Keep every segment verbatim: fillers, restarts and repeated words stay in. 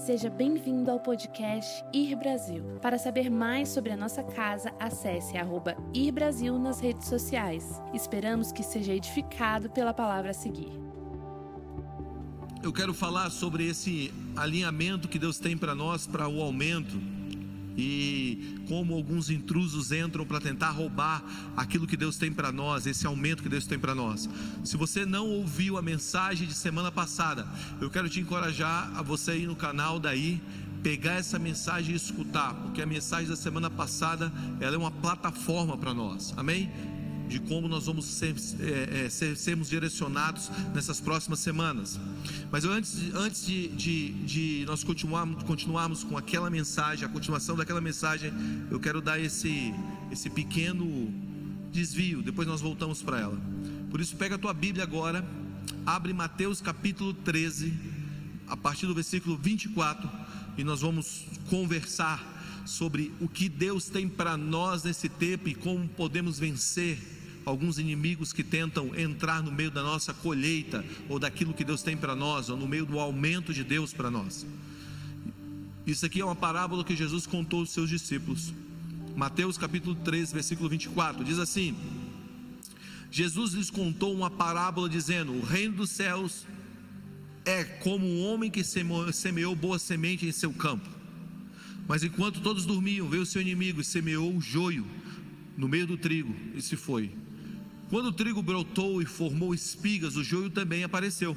Seja bem-vindo ao podcast Ir Brasil. Para saber mais sobre a nossa casa, acesse arroba Ir Brasil nas redes sociais. Esperamos que seja edificado pela palavra a seguir. Eu quero falar sobre esse alinhamento que Deus tem para nós, para o aumento, e como alguns intrusos entram para tentar roubar aquilo que Deus tem para nós, esse aumento que Deus tem para nós. Se você não ouviu a mensagem de semana passada, eu quero te encorajar a você ir no canal daí, pegar essa mensagem e escutar, porque a mensagem da semana passada, ela é uma plataforma para nós, amém? De como nós vamos ser, é, é, ser, sermos direcionados nessas próximas semanas. Mas eu, antes, antes de, de, de nós continuarmos, continuarmos com aquela mensagem, a continuação daquela mensagem, eu quero dar esse, esse pequeno desvio, depois nós voltamos para ela. Por isso, pega a tua Bíblia agora, abre Mateus capítulo treze, a partir do versículo vinte e quatro, e nós vamos conversar sobre o que Deus tem para nós nesse tempo e como podemos vencer alguns inimigos que tentam entrar no meio da nossa colheita, ou daquilo que Deus tem para nós, ou no meio do aumento de Deus para nós. Isso aqui é uma parábola que Jesus contou aos seus discípulos. Mateus capítulo treze, versículo vinte e quatro, diz assim: Jesus lhes contou uma parábola dizendo: o reino dos céus é como um homem que semeou boa semente em seu campo. Mas enquanto todos dormiam, veio o seu inimigo e semeou o joio no meio do trigo e se foi. Quando o trigo brotou e formou espigas, o joio também apareceu.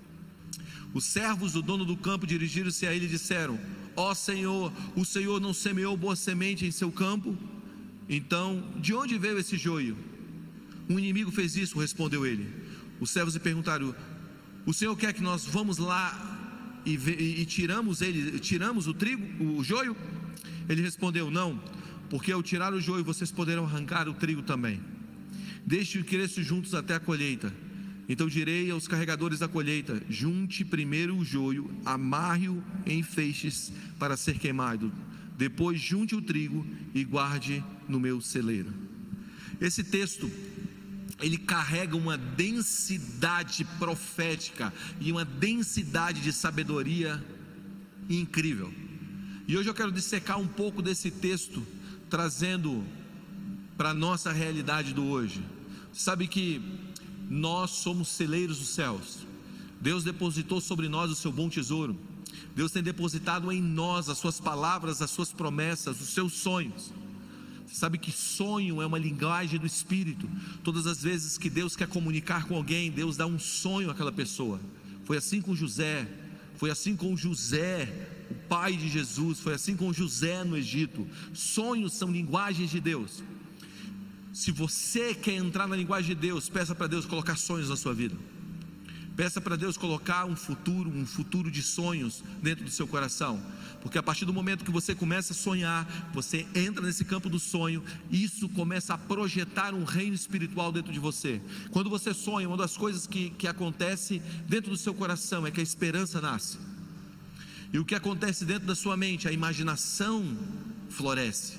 Os servos do dono do campo dirigiram-se a ele e disseram: ó Senhor, o Senhor não semeou boa semente em seu campo? Então, de onde veio esse joio? Um inimigo fez isso, respondeu ele. Os servos lhe perguntaram: o Senhor quer que nós vamos lá e, e, e tiramos ele, tiramos o trigo, o joio? Ele respondeu: não, porque ao tirar o joio vocês poderão arrancar o trigo também. Deixe-o crescer juntos até a colheita. Então direi aos carregadores da colheita: junte primeiro o joio, amarre-o em feixes para ser queimado. Depois junte o trigo e guarde no meu celeiro. Esse texto, ele carrega uma densidade profética e uma densidade de sabedoria incrível. E hoje eu quero dissecar um pouco desse texto, trazendo para a nossa realidade do hoje. Sabe que nós somos celeiros dos céus. Deus depositou sobre nós o seu bom tesouro. Deus tem depositado em nós as suas palavras, as suas promessas, os seus sonhos. Você sabe que sonho é uma linguagem do Espírito. Todas as vezes que Deus quer comunicar com alguém, Deus dá um sonho àquela pessoa. Foi assim com José, foi assim com José, o pai de Jesus, foi assim com José no Egito. Sonhos são linguagens de Deus. Se você quer entrar na linguagem de Deus, peça para Deus colocar sonhos na sua vida. Peça para Deus colocar um futuro, um futuro de sonhos dentro do seu coração. Porque a partir do momento que você começa a sonhar, você entra nesse campo do sonho, isso começa a projetar um reino espiritual dentro de você. Quando você sonha, uma das coisas que, que acontece dentro do seu coração é que a esperança nasce. E o que acontece dentro da sua mente? A imaginação floresce.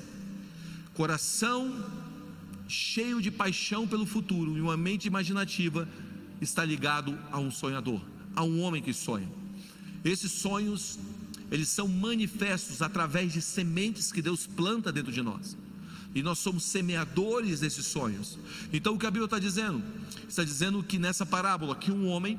Coração cheio de paixão pelo futuro e uma mente imaginativa está ligado a um sonhador, a um homem que sonha. Esses sonhos, eles são manifestos através de sementes que Deus planta dentro de nós, e nós somos semeadores desses sonhos. Então o que a Bíblia está dizendo? Está dizendo que nessa parábola, que um homem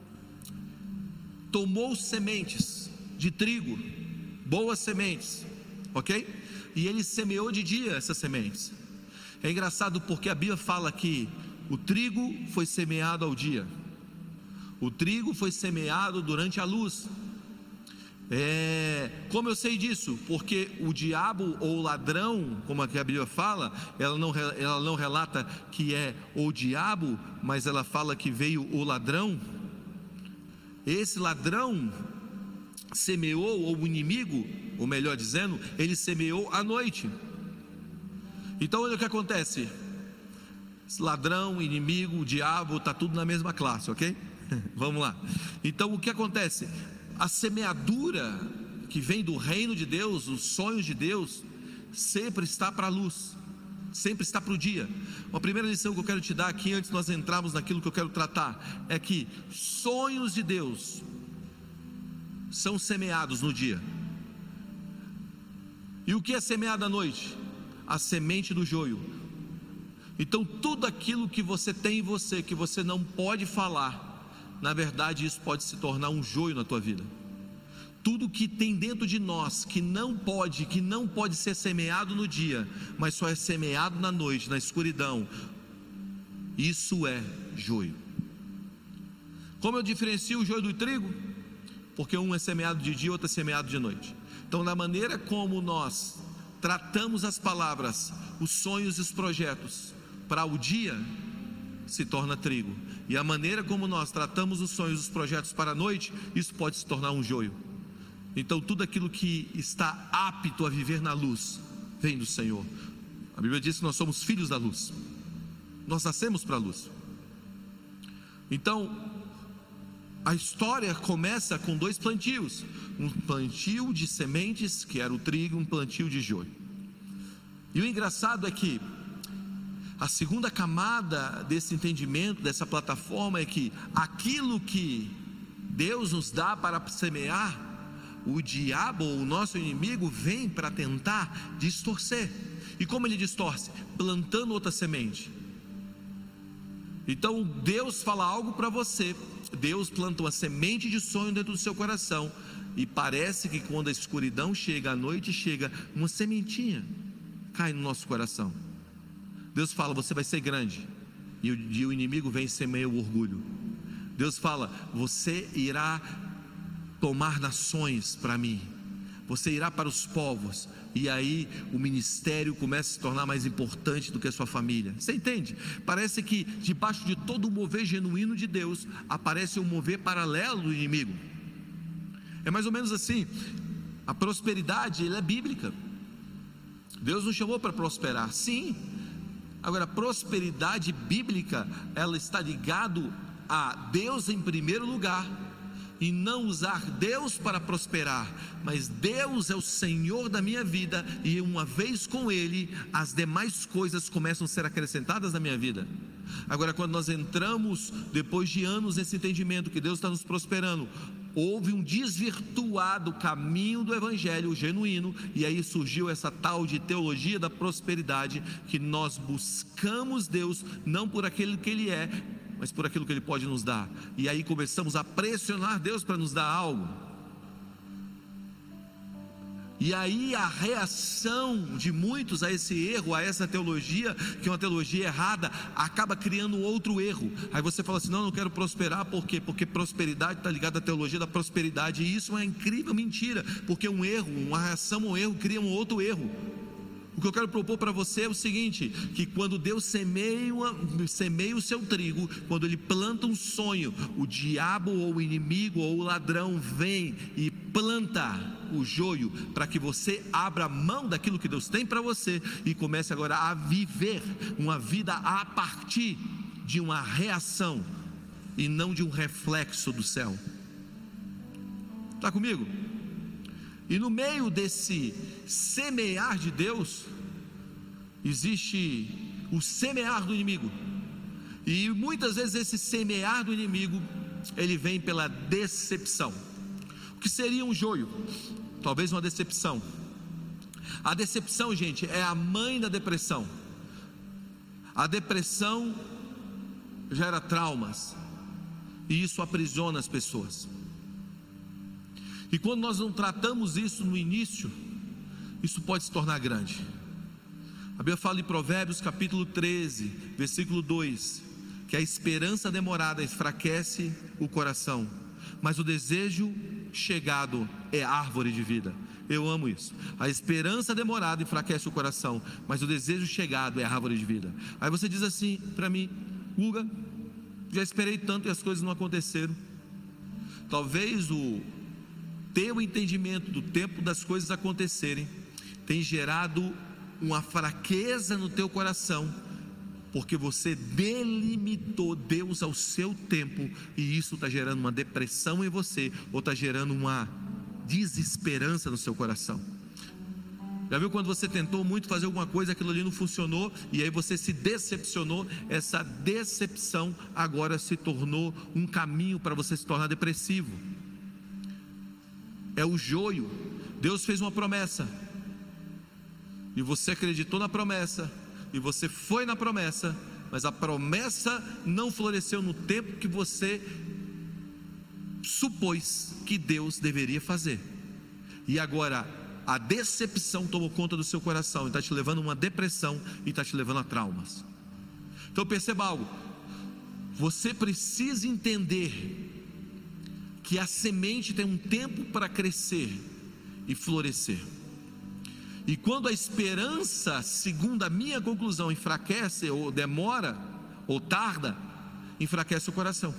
tomou sementes de trigo, boas sementes, ok? E ele semeou de dia essas sementes. É engraçado porque a Bíblia fala que o trigo foi semeado ao dia, o trigo foi semeado durante a luz. É, como eu sei disso? Porque o diabo ou o ladrão, como a Bíblia fala, ela não, ela não relata que é o diabo, mas ela fala que veio o ladrão. Esse ladrão semeou, ou o inimigo, ou melhor dizendo, ele semeou à noite. Então olha o que acontece. Ladrão, inimigo, diabo, está tudo na mesma classe, ok? Vamos lá. Então o que acontece? A semeadura que vem do reino de Deus, os sonhos de Deus, sempre está para a luz, sempre está para o dia. Uma primeira lição que eu quero te dar aqui, antes de nós entrarmos naquilo que eu quero tratar, é que sonhos de Deus são semeados no dia. E o que é semeado à noite? A semente do joio. Então tudo aquilo que você tem em você, que você não pode falar, na verdade isso pode se tornar um joio na tua vida. Tudo que tem dentro de nós, que não pode, que não pode ser semeado no dia, mas só é semeado na noite, na escuridão, isso é joio. Como eu diferencio o joio do trigo? Porque um é semeado de dia, outro é semeado de noite. Então, na maneira como nós tratamos as palavras, os sonhos e os projetos para o dia, se torna trigo. E a maneira como nós tratamos os sonhos e os projetos para a noite, isso pode se tornar um joio. Então tudo aquilo que está apto a viver na luz, vem do Senhor. A Bíblia diz que nós somos filhos da luz. Nós nascemos para a luz. Então, a história começa com dois plantios. Um plantio de sementes, que era o trigo, um plantio de joio. E o engraçado é que a segunda camada desse entendimento, dessa plataforma, é que aquilo que Deus nos dá para semear, o diabo, o nosso inimigo, vem para tentar distorcer. E como ele distorce? Plantando outra semente. Então Deus fala algo para você, Deus planta uma semente de sonho dentro do seu coração, e parece que quando a escuridão chega, a noite chega, uma sementinha cai no nosso coração. Deus fala: você vai ser grande. E o, e o inimigo vem e semeia o orgulho. Deus fala: você irá tomar nações para mim, você irá para os povos. E aí o ministério começa a se tornar mais importante do que a sua família. Você entende? Parece que debaixo de todo o mover genuíno de Deus, aparece um mover paralelo do inimigo. É mais ou menos assim. A prosperidade, ela é bíblica. Deus nos chamou para prosperar, sim. Agora, a prosperidade bíblica, ela está ligado a Deus em primeiro lugar, e não usar Deus para prosperar, mas Deus é o Senhor da minha vida, e uma vez com Ele, as demais coisas começam a ser acrescentadas na minha vida. Agora, quando nós entramos, depois de anos, nesse entendimento que Deus está nos prosperando, houve um desvirtuado caminho do evangelho genuíno, e aí surgiu essa tal de teologia da prosperidade, que nós buscamos Deus não por aquilo que Ele é, mas por aquilo que Ele pode nos dar. E aí começamos a pressionar Deus para nos dar algo. E aí a reação de muitos a esse erro, a essa teologia, que é uma teologia errada, acaba criando outro erro. Aí você fala assim: não, não quero prosperar. Por quê? Porque prosperidade está ligada à teologia da prosperidade. E isso é uma incrível mentira, porque um erro, uma reação a um erro cria um outro erro. O que eu quero propor para você é o seguinte: que quando Deus semeia, semeia o seu trigo, quando Ele planta um sonho, o diabo ou o inimigo ou o ladrão vem e planta o joio, para que você abra mão daquilo que Deus tem para você e comece agora a viver uma vida a partir de uma reação e não de um reflexo do céu. Está comigo? E no meio desse semear de Deus, existe o semear do inimigo. E muitas vezes esse semear do inimigo, ele vem pela decepção. O que seria um joio? Talvez uma decepção. A decepção, gente, é a mãe da depressão. A depressão gera traumas, e isso aprisiona as pessoas. E quando nós não tratamos isso no início, isso pode se tornar grande. A Bíblia fala em Provérbios capítulo treze, versículo dois, que a esperança demorada enfraquece o coração, mas o desejo chegado é árvore de vida. Eu amo isso. A esperança demorada enfraquece o coração, mas o desejo chegado é árvore de vida. Aí você diz assim para mim: Guga, já esperei tanto e as coisas não aconteceram. Talvez o teu entendimento do tempo das coisas acontecerem tem gerado uma fraqueza no teu coração, porque você delimitou Deus ao seu tempo, e isso está gerando uma depressão em você, ou está gerando uma desesperança no seu coração. Já viu quando você tentou muito fazer alguma coisa, aquilo ali não funcionou, e aí você se decepcionou? Essa decepção agora se tornou um caminho para você se tornar depressivo. é o joio. Deus fez uma promessa, e você acreditou na promessa, e você foi na promessa, mas a promessa não floresceu no tempo que você supôs que Deus deveria fazer. E agora a decepção tomou conta do seu coração e está te levando a uma depressão e está te levando a traumas. Então perceba algo: você precisa entender que a semente tem um tempo para crescer e florescer. E quando a esperança, segundo a minha conclusão, enfraquece ou demora ou tarda, enfraquece o coração.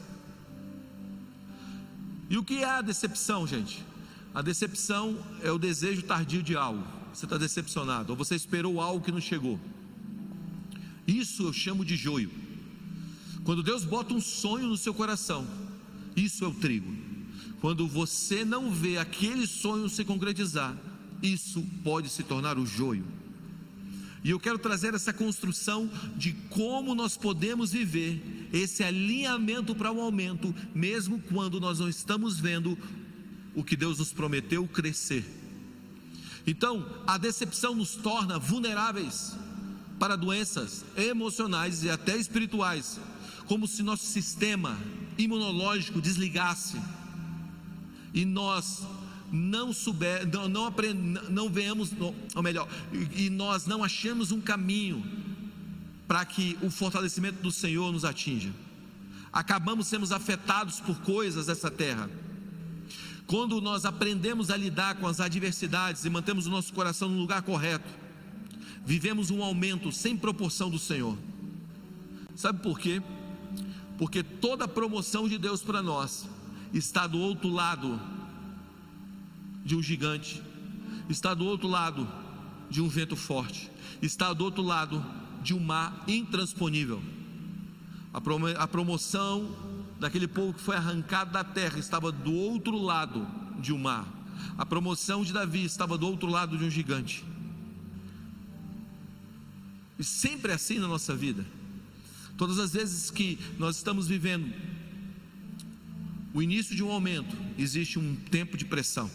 E o que é a decepção, gente? A decepção é o desejo tardio de algo. Você está decepcionado, ou você esperou algo que não chegou. Isso eu chamo de joio. Quando Deus bota um sonho no seu coração, isso é o trigo. Quando você não vê aquele sonho se concretizar, isso pode se tornar o joio. E eu quero trazer essa construção de como nós podemos viver esse alinhamento para o aumento, mesmo quando nós não estamos vendo o que Deus nos prometeu crescer. Então, a decepção nos torna vulneráveis para doenças emocionais e até espirituais, como se nosso sistema imunológico desligasse e nós não souber, não, não, aprend, não venhamos, ou melhor, e nós não achamos um caminho para que o fortalecimento do Senhor nos atinja. Acabamos sendo afetados por coisas dessa terra. Quando nós aprendemos a lidar com as adversidades e mantemos o nosso coração no lugar correto, vivemos um aumento sem proporção do Senhor. Sabe por quê? Porque toda a promoção de Deus para nós está do outro lado de um gigante, está do outro lado de um vento forte, está do outro lado de um mar intransponível. A, prom a promoção daquele povo que foi arrancado da terra estava do outro lado de um mar. A promoção de Davi estava do outro lado de um gigante. E sempre é assim na nossa vida. Todas as vezes que nós estamos vivendo o início de um aumento, existe um tempo de pressão.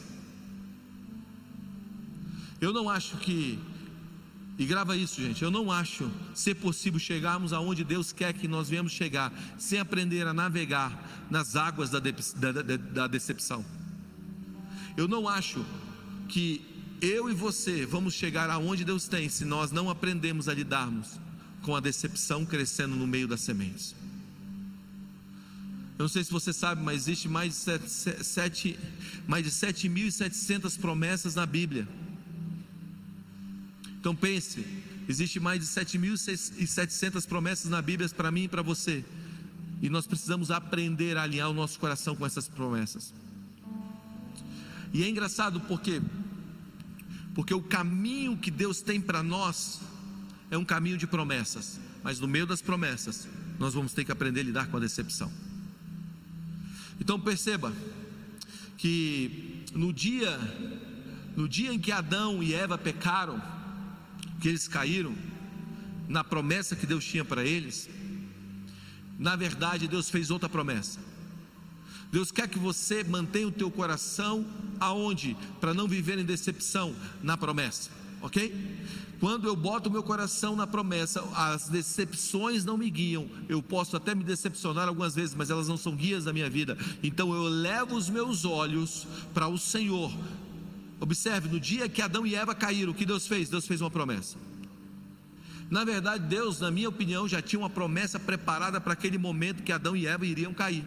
Eu não acho que, e grava isso, gente, eu não acho ser possível chegarmos aonde Deus quer que nós venhamos chegar, sem aprender a navegar nas águas da, de, da, da, da decepção. Eu não acho que eu e você vamos chegar aonde Deus tem, se nós não aprendemos a lidarmos com a decepção crescendo no meio das sementes. Eu não sei se você sabe, mas existe mais de sete, mais de sete mil e setecentas promessas na Bíblia. Então pense, existe mais de sete mil e setecentas promessas na Bíblia para mim e para você, e nós precisamos aprender a alinhar o nosso coração com essas promessas. E é engraçado porque porque o caminho que Deus tem para nós é um caminho de promessas, mas no meio das promessas nós vamos ter que aprender a lidar com a decepção. Então perceba que no dia no dia em que Adão e Eva pecaram, que eles caíram na promessa que Deus tinha para eles, na verdade Deus fez outra promessa. Deus quer que você mantenha o teu coração aonde? Para não viver em decepção, na promessa, ok? Quando eu boto o meu coração na promessa, as decepções não me guiam. Eu posso até me decepcionar algumas vezes, mas elas não são guias da minha vida. Então eu levo os meus olhos para o Senhor. Observe, no dia que Adão e Eva caíram, o que Deus fez? Deus fez uma promessa. Na verdade, Deus, na minha opinião, já tinha uma promessa preparada para aquele momento que Adão e Eva iriam cair.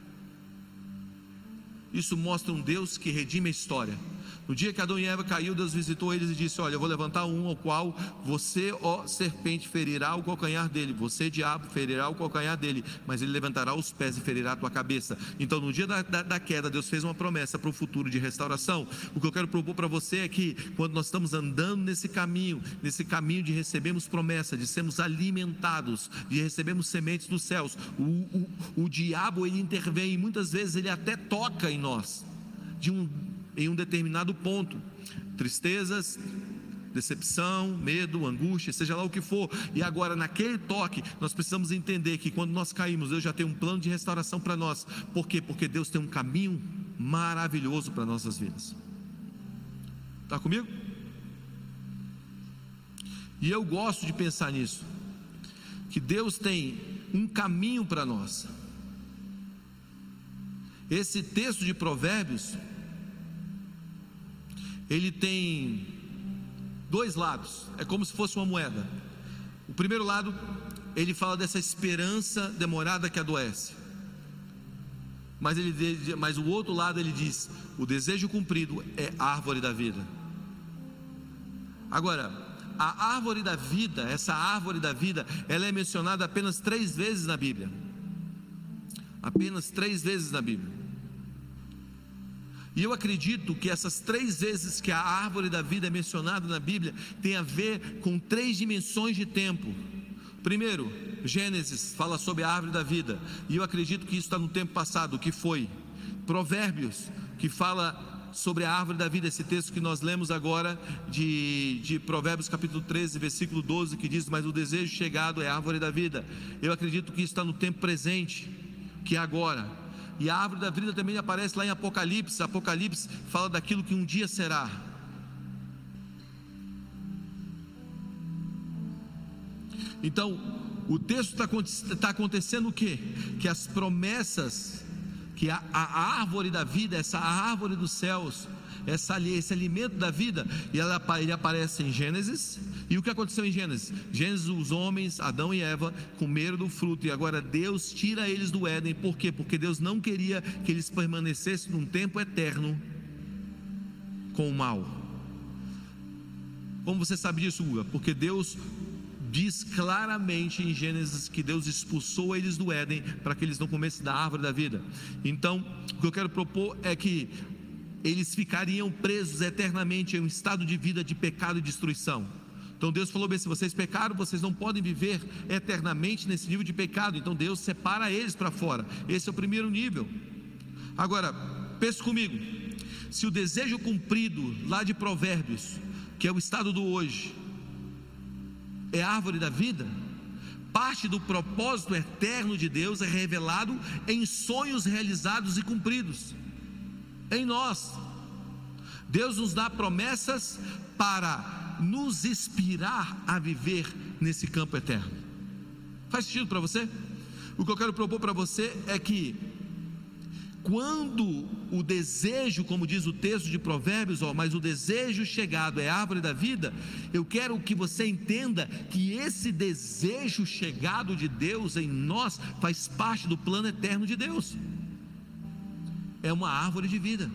Isso mostra um Deus que redime a história. No dia que Adão e Eva caiu, Deus visitou eles e disse: olha, eu vou levantar um ao qual você, ó serpente, ferirá o calcanhar dele, você, diabo, ferirá o calcanhar dele, mas ele levantará os pés e ferirá a tua cabeça. Então no dia da, da, da queda, Deus fez uma promessa para o futuro de restauração. O que eu quero propor para você é que quando nós estamos andando nesse caminho, nesse caminho de recebermos promessa, de sermos alimentados, de recebermos sementes dos céus, o, o, o diabo ele intervém e muitas vezes ele até toca em nós de um em um determinado ponto, tristezas, decepção, medo, angústia, seja lá o que for. E agora naquele toque nós precisamos entender que quando nós caímos, Deus já tem um plano de restauração para nós. Por quê? Porque Deus tem um caminho maravilhoso para nossas vidas. Está comigo? E eu gosto de pensar nisso, que Deus tem um caminho para nós. Esse texto de Provérbios, ele tem dois lados, é como se fosse uma moeda. O primeiro lado, ele fala dessa esperança demorada que adoece, mas, ele, mas o outro lado ele diz: o desejo cumprido é árvore da vida. Agora, a árvore da vida, essa árvore da vida, ela é mencionada apenas três vezes na Bíblia. Apenas três vezes na Bíblia. E eu acredito que essas três vezes que a árvore da vida é mencionada na Bíblia tem a ver com três dimensões de tempo. Primeiro, Gênesis fala sobre a árvore da vida, e eu acredito que isso está no tempo passado, que foi. Provérbios, que fala sobre a árvore da vida, esse texto que nós lemos agora de, de Provérbios capítulo treze, versículo doze, que diz: mas o desejo chegado é a árvore da vida. Eu acredito que isso está no tempo presente, que é agora. E a árvore da vida também aparece lá em Apocalipse. Apocalipse fala daquilo que um dia será. Então, o texto está tá acontecendo o quê? Que as promessas, que a, a árvore da vida, essa árvore dos céus, essa, esse alimento da vida, e ela, ele aparece em Gênesis. E o que aconteceu em Gênesis? Gênesis, os homens, Adão e Eva, comeram do fruto, e agora Deus tira eles do Éden. Por quê? Porque Deus não queria que eles permanecessem num tempo eterno com o mal. Como você sabe disso, Uga? Porque Deus diz claramente em Gênesis que Deus expulsou eles do Éden para que eles não comessem da árvore da vida. Então, o que eu quero propor é que eles ficariam presos eternamente em um estado de vida de pecado e destruição. Então Deus falou bem: se vocês pecaram, vocês não podem viver eternamente nesse nível de pecado. Então Deus separa eles para fora. Esse é o primeiro nível. Agora, pense comigo: se o desejo cumprido lá de Provérbios, que é o estado do hoje, é a árvore da vida, parte do propósito eterno de Deus é revelado em sonhos realizados e cumpridos em nós. Deus nos dá promessas para nos inspirar a viver nesse campo eterno. Faz sentido para você? O que eu quero propor para você é que quando o desejo, como diz o texto de Provérbios, ó, mas o desejo chegado é a árvore da vida, eu quero que você entenda que esse desejo chegado de Deus em nós faz parte do plano eterno de Deus. É uma árvore de vida.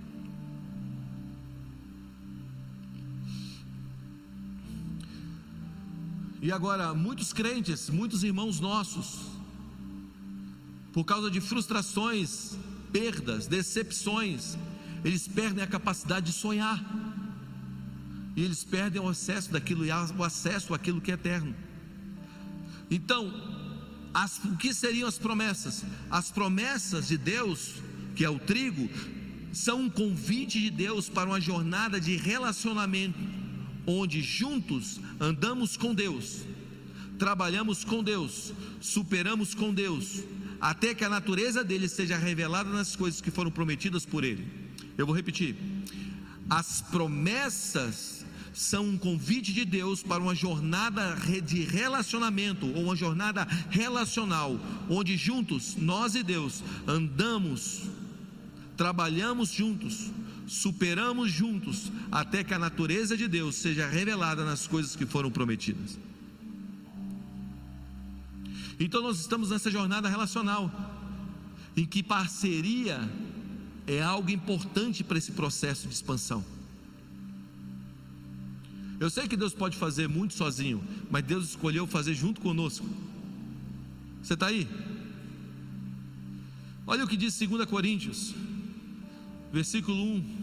E agora, muitos crentes, muitos irmãos nossos, por causa de frustrações, perdas, decepções, eles perdem a capacidade de sonhar, e eles perdem o acesso daquilo, o acesso àquilo que é eterno. Então, as, o que seriam as promessas? As promessas de Deus, que é o trigo, são um convite de Deus para uma jornada de relacionamento, onde juntos andamos com Deus, trabalhamos com Deus, superamos com Deus, até que a natureza dele seja revelada nas coisas que foram prometidas por ele. Eu vou repetir: as promessas são um convite de Deus para uma jornada de relacionamento, ou uma jornada relacional, onde juntos, nós e Deus, andamos, trabalhamos juntos, superamos juntos, até que a natureza de Deus seja revelada nas coisas que foram prometidas. Então nós estamos nessa jornada relacional, em que parceria é algo importante para esse processo de expansão. Eu sei que Deus pode fazer muito sozinho, mas Deus escolheu fazer junto conosco. Você está aí? Olha o que diz dois Coríntios, versículo um.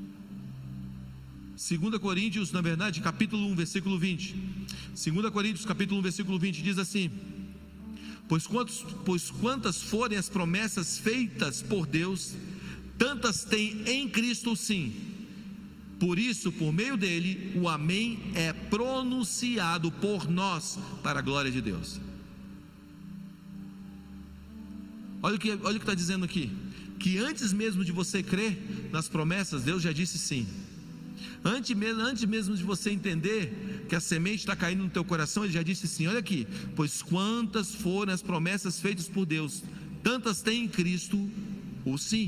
dois Coríntios, na verdade, capítulo um, versículo vinte. dois Coríntios, capítulo um, versículo vinte, diz assim: Pois, quantos, pois quantas forem as promessas feitas por Deus, tantas tem em Cristo sim. Por isso, por meio dele, o amém é pronunciado por nós para a glória de Deus. Olha o que olha o que está dizendo aqui: que antes mesmo de você crer nas promessas, Deus já disse sim. Antes mesmo, antes mesmo de você entender que a semente está caindo no teu coração, Ele já disse sim. Olha aqui: pois quantas foram as promessas feitas por Deus, tantas tem em Cristo o sim.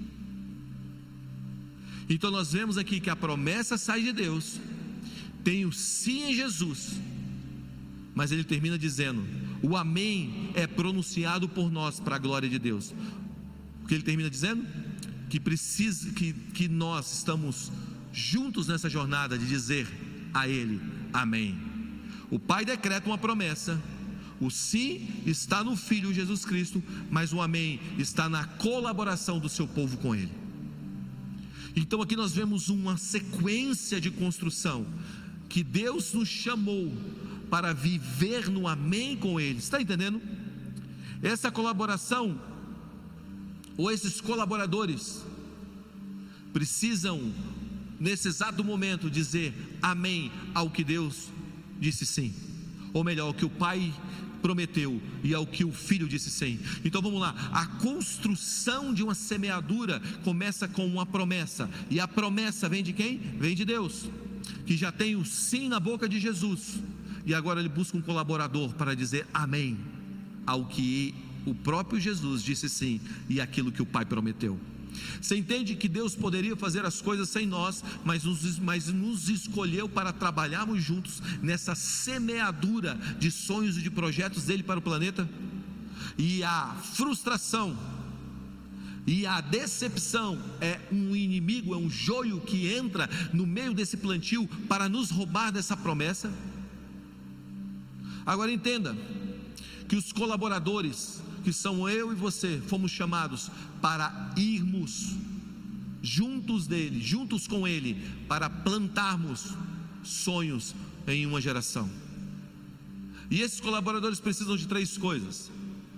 Então nós vemos aqui que a promessa sai de Deus, tem o sim em Jesus, mas Ele termina dizendo: o amém é pronunciado por nós para a glória de Deus. O que Ele termina dizendo? Que precisa, que, que nós estamos juntos nessa jornada de dizer a Ele amém. O Pai decreta uma promessa, o sim está no Filho Jesus Cristo, mas o amém está na colaboração do seu povo com Ele. Então aqui nós vemos uma sequência de construção, que Deus nos chamou para viver no amém com Ele. Está entendendo? Essa colaboração, ou esses colaboradores, precisam nesse exato momento dizer amém ao que Deus disse sim, ou melhor, ao que o Pai prometeu e ao que o Filho disse sim. Então vamos lá, a construção de uma semeadura começa com uma promessa, e a promessa vem de quem? Vem de Deus, que já tem o sim na boca de Jesus, e agora Ele busca um colaborador para dizer amém ao que o próprio Jesus disse sim, e aquilo que o Pai prometeu. Você entende que Deus poderia fazer as coisas sem nós, mas nos, mas nos escolheu para trabalharmos juntos nessa semeadura de sonhos e de projetos dele para o planeta? E a frustração e a decepção é um inimigo, é um joio que entra no meio desse plantio para nos roubar dessa promessa. Agora entenda que os colaboradores, que são eu e você, fomos chamados para irmos juntos dele, juntos com ele, para plantarmos sonhos em uma geração. E esses colaboradores precisam de três coisas.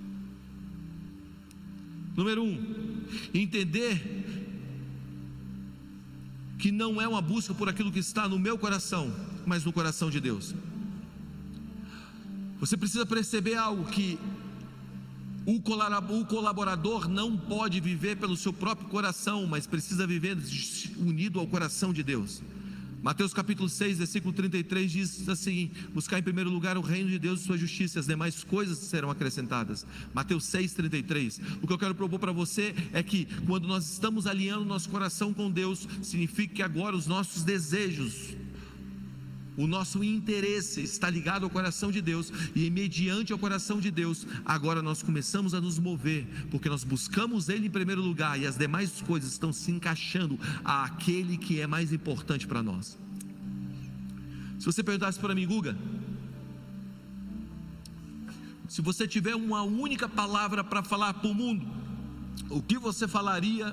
Número um, entender que não é uma busca por aquilo que está no meu coração, mas no coração de Deus. Você precisa perceber algo, que o colaborador não pode viver pelo seu próprio coração, mas precisa viver unido ao coração de Deus. Mateus capítulo seis, versículo trinta e três diz assim: buscar em primeiro lugar o reino de Deus e sua justiça, as demais coisas serão acrescentadas. Mateus seis, trinta e três. O que eu quero propor para você é que quando nós estamos alinhando nosso coração com Deus, significa que agora os nossos desejos, o nosso interesse está ligado ao coração de Deus, e mediante ao coração de Deus, agora nós começamos a nos mover, porque nós buscamos Ele em primeiro lugar, e as demais coisas estão se encaixando àquele que é mais importante para nós. Se você perguntasse para mim: Guga, se você tiver uma única palavra para falar para o mundo, o que você falaria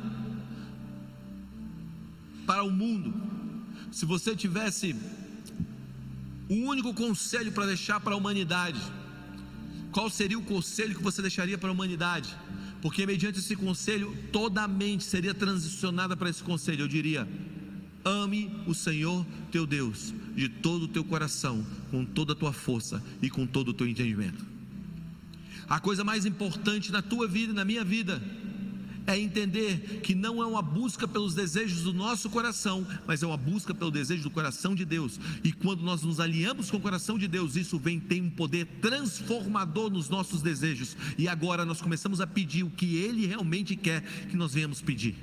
para o mundo? Se você tivesse um único conselho para deixar para a humanidade, qual seria o conselho que você deixaria para a humanidade? Porque mediante esse conselho, toda a mente seria transicionada para esse conselho. Eu diria: ame o Senhor teu Deus de todo o teu coração, com toda a tua força e com todo o teu entendimento. A coisa mais importante na tua vida e na minha vida é entender que não é uma busca pelos desejos do nosso coração, mas é uma busca pelo desejo do coração de Deus. E quando nós nos alinhamos com o coração de Deus, isso vem, tem um poder transformador nos nossos desejos, e agora nós começamos a pedir o que Ele realmente quer que nós venhamos pedir.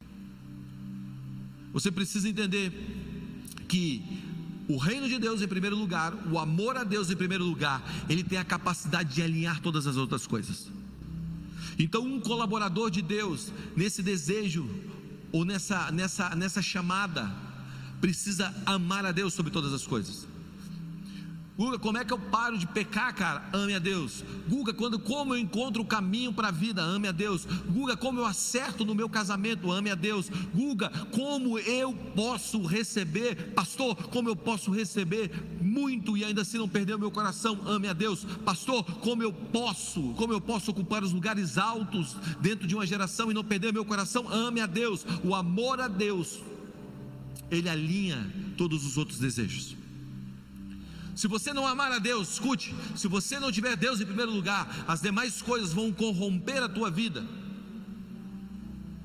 Você precisa entender que o reino de Deus em primeiro lugar, o amor a Deus em primeiro lugar, ele tem a capacidade de alinhar todas as outras coisas. Então um colaborador de Deus, nesse desejo, ou nessa, nessa, nessa chamada, precisa amar a Deus sobre todas as coisas. Guga, como é que eu paro de pecar, cara? Ame a Deus. Guga, quando, como eu encontro o caminho para a vida? Ame a Deus. Guga, como eu acerto no meu casamento? Ame a Deus. Guga, como eu posso receber? Pastor, como eu posso receber muito e ainda assim não perder o meu coração? Ame a Deus. Pastor, como eu posso, como eu posso ocupar os lugares altos dentro de uma geração e não perder o meu coração? Ame a Deus. O amor a Deus, ele alinha todos os outros desejos. Se você não amar a Deus, escute, se você não tiver Deus em primeiro lugar, as demais coisas vão corromper a tua vida.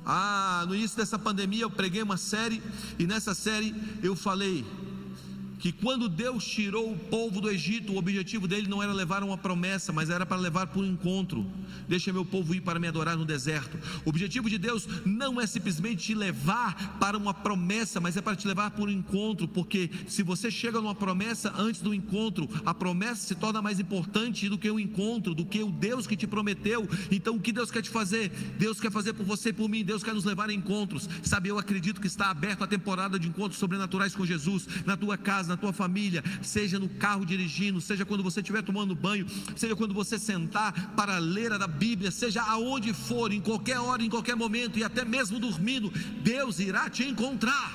Ah, no início dessa pandemia eu preguei uma série, e nessa série eu falei que quando Deus tirou o povo do Egito, o objetivo dele não era levar uma promessa, mas era para levar para um encontro. Deixa meu povo ir para me adorar no deserto. O objetivo de Deus não é simplesmente te levar para uma promessa, mas é para te levar para um encontro, porque se você chega numa promessa antes do encontro, a promessa se torna mais importante do que o encontro, do que o Deus que te prometeu. Então o que Deus quer te fazer? Deus quer fazer por você e por mim. Deus quer nos levar a encontros. Sabe, eu acredito que está aberto a temporada de encontros sobrenaturais com Jesus, na tua casa, na tua família, seja no carro dirigindo, seja quando você estiver tomando banho, seja quando você sentar para ler a Bíblia, seja aonde for, em qualquer hora, em qualquer momento, e até mesmo dormindo, Deus irá te encontrar.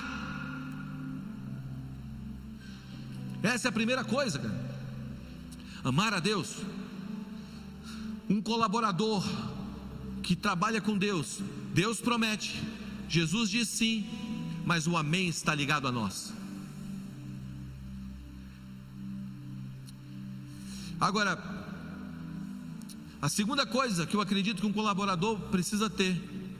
Essa é a primeira coisa, cara. Amar a Deus. Um colaborador que trabalha com Deus, Deus promete, Jesus diz sim, mas o amém está ligado a nós. Agora, a segunda coisa que eu acredito que um colaborador precisa ter,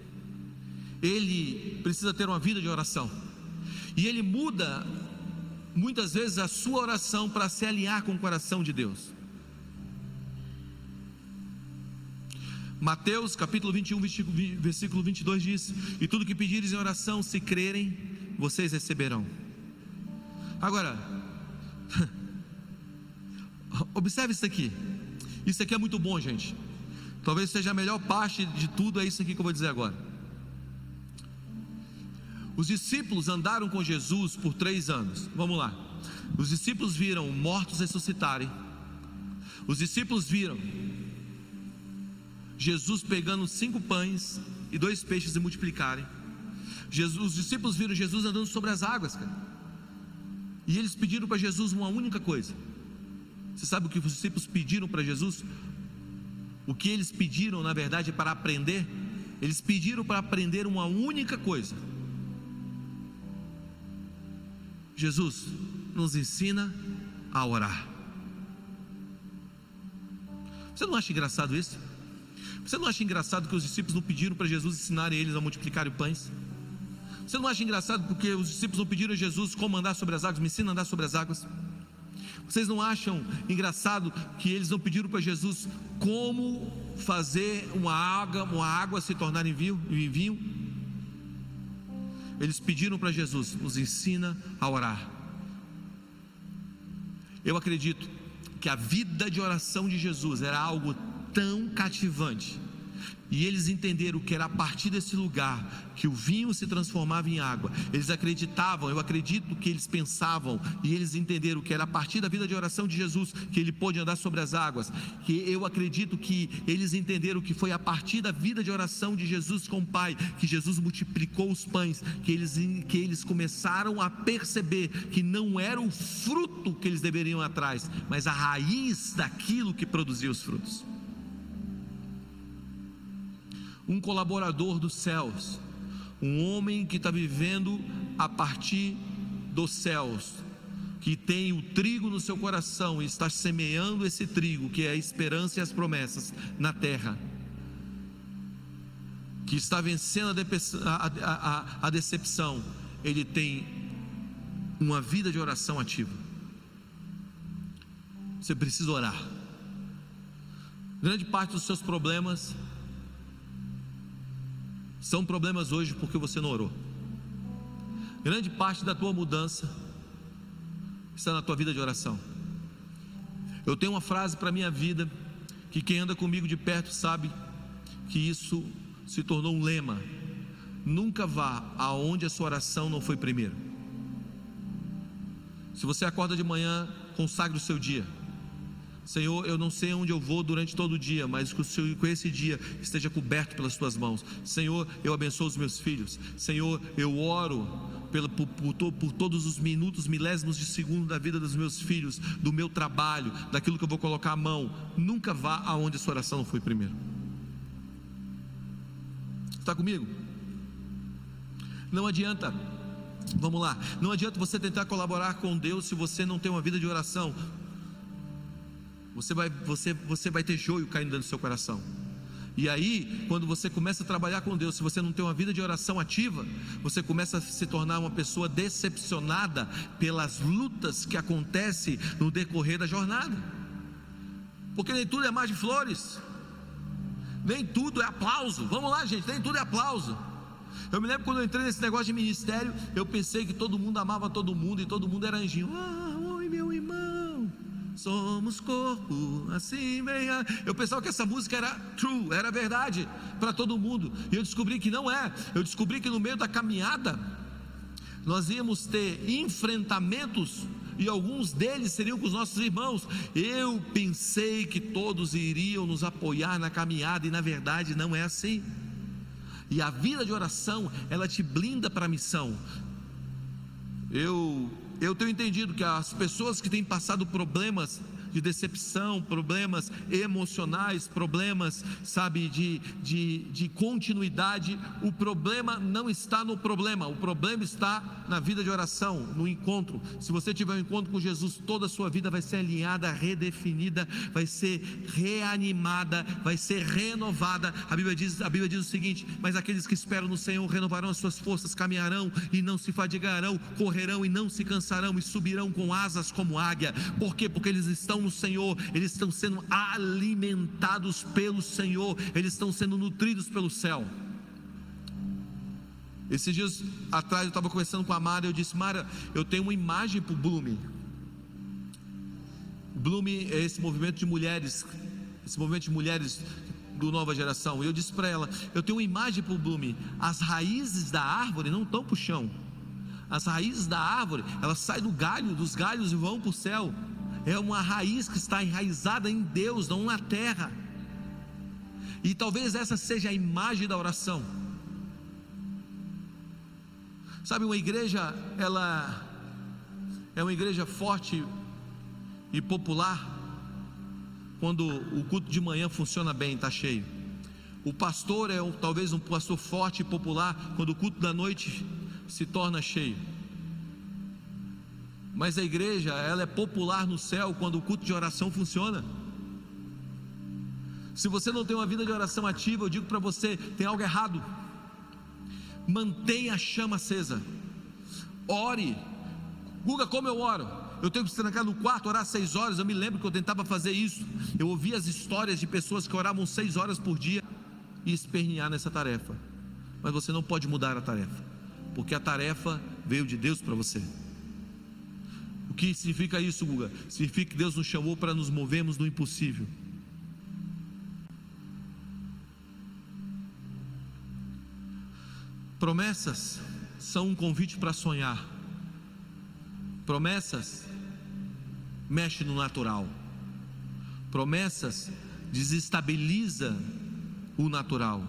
ele precisa ter uma vida de oração, e ele muda muitas vezes a sua oração para se alinhar com o coração de Deus. Mateus capítulo vinte e um, versículo vinte e dois diz: e tudo que pedires em oração, se crerem, vocês receberão. Agora, observe isso aqui. Isso aqui é muito bom, gente. Talvez seja a melhor parte de tudo, é isso aqui que eu vou dizer agora. Os discípulos andaram com Jesus por três anos. Vamos lá. Os discípulos viram mortos ressuscitarem. Os discípulos viram Jesus pegando cinco pães e dois peixes e multiplicarem. Jesus, os discípulos viram Jesus andando sobre as águas, cara. E eles pediram para Jesus uma única coisa. Você sabe o que os discípulos pediram para Jesus? O que eles pediram, na verdade, é para aprender. Eles pediram para aprender uma única coisa: Jesus, nos ensina a orar. Você não acha engraçado isso? Você não acha engraçado que os discípulos não pediram para Jesus ensinarem eles a multiplicarem pães? Você não acha engraçado porque os discípulos não pediram a Jesus como andar sobre as águas? Me ensina a andar sobre as águas. Vocês não acham engraçado que eles não pediram para Jesus como fazer uma água, uma água se tornar em vinho, em vinho? Eles pediram para Jesus: nos ensina a orar. Eu acredito que a vida de oração de Jesus era algo tão cativante, e eles entenderam que era a partir desse lugar que o vinho se transformava em água. Eles acreditavam, eu acredito que eles pensavam, e eles entenderam que era a partir da vida de oração de Jesus que ele pôde andar sobre as águas. Que eu acredito que eles entenderam que foi a partir da vida de oração de Jesus com o Pai que Jesus multiplicou os pães, que eles, que eles começaram a perceber que não era o fruto que eles deveriam ir atrás, mas a raiz daquilo que produzia os frutos. Um colaborador dos céus, um homem que está vivendo a partir dos céus, que tem o trigo no seu coração e está semeando esse trigo, que é a esperança e as promessas na terra, que está vencendo a, a, a, a decepção, ele tem uma vida de oração ativa. Você precisa orar. Grande parte dos seus problemas são problemas hoje porque você não orou. Grande parte da tua mudança está na tua vida de oração. Eu tenho uma frase para a minha vida, que quem anda comigo de perto sabe que isso se tornou um lema: nunca vá aonde a sua oração não foi primeiro. Se você acorda de manhã, consagre o seu dia. Senhor, eu não sei onde eu vou durante todo o dia, mas que o Senhor, com esse dia, esteja coberto pelas tuas mãos. Senhor, eu abençoo os meus filhos. Senhor, eu oro pelo, por, por, por todos os minutos, milésimos de segundo da vida dos meus filhos, do meu trabalho, daquilo que eu vou colocar a mão. Nunca vá aonde a sua oração não foi primeiro. Está comigo? Não adianta, vamos lá, não adianta você tentar colaborar com Deus se você não tem uma vida de oração. Você vai, você, você vai ter joio caindo dentro do seu coração. E aí, quando você começa a trabalhar com Deus, se você não tem uma vida de oração ativa, você começa a se tornar uma pessoa decepcionada pelas lutas que acontecem no decorrer da jornada, porque nem tudo é mar de flores, nem tudo é aplauso. Vamos lá, gente, nem tudo é aplauso. Eu me lembro quando eu entrei nesse negócio de ministério, eu pensei que todo mundo amava todo mundo e todo mundo era anjinho. Ah, oi meu irmão, somos corpo, assim venha. Eu pensava que essa música era true, era verdade para todo mundo, e eu descobri que não é. Eu descobri que no meio da caminhada nós íamos ter enfrentamentos, e alguns deles seriam com os nossos irmãos. Eu pensei que todos iriam nos apoiar na caminhada, e na verdade não é assim. E a vida de oração, ela te blinda para a missão. Eu, eu tenho entendido que as pessoas que têm passado problemas de decepção, problemas emocionais, problemas, sabe, de, de, de continuidade, o problema não está no problema, o problema está na vida de oração, no encontro. Se você tiver um encontro com Jesus, toda a sua vida vai ser alinhada, redefinida, vai ser reanimada, vai ser renovada. A Bíblia diz, a Bíblia diz o seguinte: mas aqueles que esperam no Senhor renovarão as suas forças, caminharão e não se fadigarão, correrão e não se cansarão, e subirão com asas como águia. Por quê? Porque eles estão no Senhor, eles estão sendo alimentados pelo Senhor, eles estão sendo nutridos pelo céu. Esses dias atrás eu estava conversando com a Mara, eu disse: Mara, eu tenho uma imagem para o Bloom. Bloom é esse movimento de mulheres, esse movimento de mulheres do Nova Geração. E eu disse para ela: eu tenho uma imagem para o Bloom. As raízes da árvore não estão para o chão. As raízes da árvore, elas saem do galho, dos galhos e vão para o céu. É uma raiz que está enraizada em Deus, não na terra. E talvez essa seja a imagem da oração. Sabe, uma igreja, ela é uma igreja forte e popular quando o culto de manhã funciona bem, está cheio. O pastor é um, talvez um pastor forte e popular quando o culto da noite se torna cheio. Mas a igreja, ela é popular no céu quando o culto de oração funciona. Se você não tem uma vida de oração ativa, eu digo para você, tem algo errado. Mantenha a chama acesa. Ore. Guga, como eu oro? Eu tenho que se trancar no quarto, orar seis horas. Eu me lembro que eu tentava fazer isso. Eu ouvia as histórias de pessoas que oravam seis horas por dia e espernear nessa tarefa. Mas você não pode mudar a tarefa, porque a tarefa veio de Deus para você. O que significa isso, Guga? Significa que Deus nos chamou para nos movermos no impossível. Promessas são um convite para sonhar. Promessas mexem no natural. Promessas desestabilizam o natural.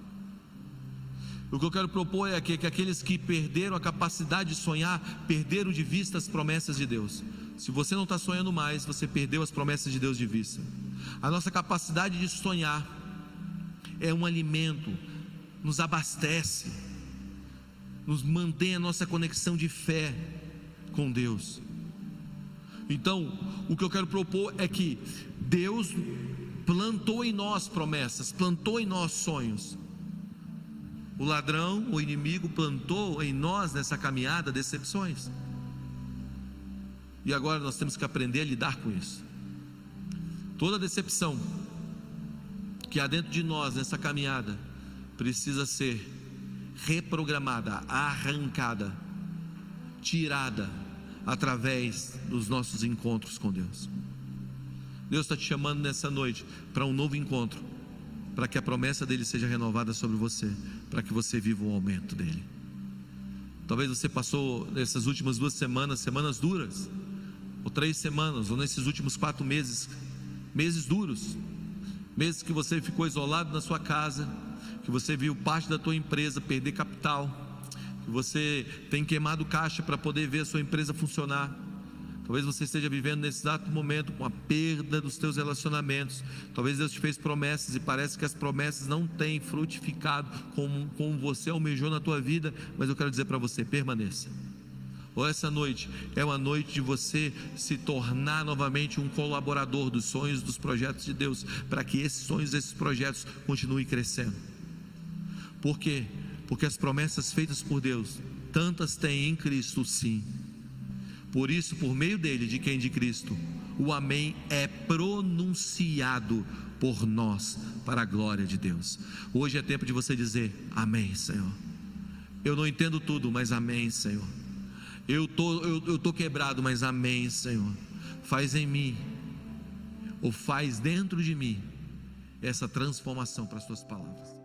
O que eu quero propor é que, que aqueles que perderam a capacidade de sonhar, perderam de vista as promessas de Deus. Se você não está sonhando mais, você perdeu as promessas de Deus de vista. A nossa capacidade de sonhar é um alimento, nos abastece, nos mantém a nossa conexão de fé com Deus. Então, o que eu quero propor é que Deus plantou em nós promessas, plantou em nós sonhos. O ladrão, o inimigo plantou em nós nessa caminhada decepções. E agora nós temos que aprender a lidar com isso. Toda decepção que há dentro de nós nessa caminhada precisa ser reprogramada, arrancada, tirada através dos nossos encontros com Deus. Deus está te chamando nessa noite para um novo encontro, para que a promessa dele seja renovada sobre você, para que você viva o aumento dele. Talvez você passou nessas últimas duas semanas, semanas duras, ou três semanas, ou nesses últimos quatro meses, meses duros, meses que você ficou isolado na sua casa, que você viu parte da tua empresa perder capital, que você tem queimado caixa para poder ver a sua empresa funcionar. Talvez você esteja vivendo nesse exato momento com a perda dos teus relacionamentos. Talvez Deus te fez promessas e parece que as promessas não têm frutificado como, como você almejou na tua vida. Mas eu quero dizer para você, permaneça. Ou essa noite é uma noite de você se tornar novamente um colaborador dos sonhos, dos projetos de Deus, para que esses sonhos, esses projetos continuem crescendo. Por quê? Porque as promessas feitas por Deus, tantas tem em Cristo, sim. Por isso, por meio dele, de quem? De Cristo, o amém é pronunciado por nós, para a glória de Deus. Hoje é tempo de você dizer: amém, Senhor. Eu não entendo tudo, mas amém, Senhor. Eu tô, eu, eu tô quebrado, mas amém, Senhor. Faz em mim, ou faz dentro de mim, essa transformação para as tuas palavras.